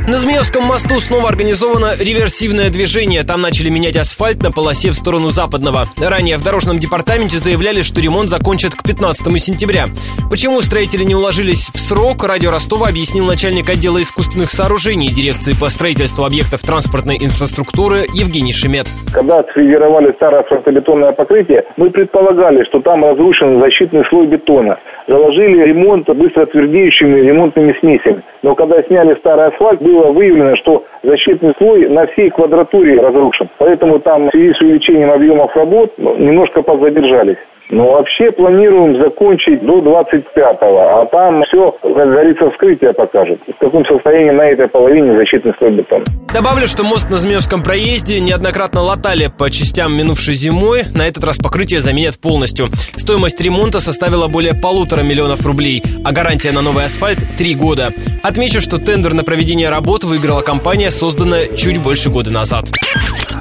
На Змеевском мосту снова организовано реверсивное движение. Там начали менять асфальт на полосе в сторону западного. Ранее в дорожном департаменте заявляли, что ремонт закончат к 15 сентября. Почему строители не уложились в срок, радио Ростова объяснил начальник отдела искусственных сооружений дирекции по строительству объектов транспортной инфраструктуры Евгений Шемет. Когда отфрезеровали старое асфальтобетонное покрытие, мы предполагали, что там разрушен защитный слой бетона. Заложили ремонт быстро твердеющими ремонтными смесями. Но когда сняли старый асфальт, было выявлено, что защитный слой на всей квадратуре разрушен. Поэтому там в связи с увеличением объемов работ немножко подзадержались. Но вообще планируем закончить до 25-го, а там все, как говорится, вскрытие покажет, в каком состоянии на этой половине защитный слой бетона. Добавлю, что мост на Змеевском проезде неоднократно латали по частям минувшей зимой. На этот раз покрытие заменят полностью. Стоимость ремонта составила более 1,5 миллиона рублей, а гарантия на новый асфальт – 3 года. Отмечу, что тендер на проведение работ выиграла компания, созданная чуть больше года назад.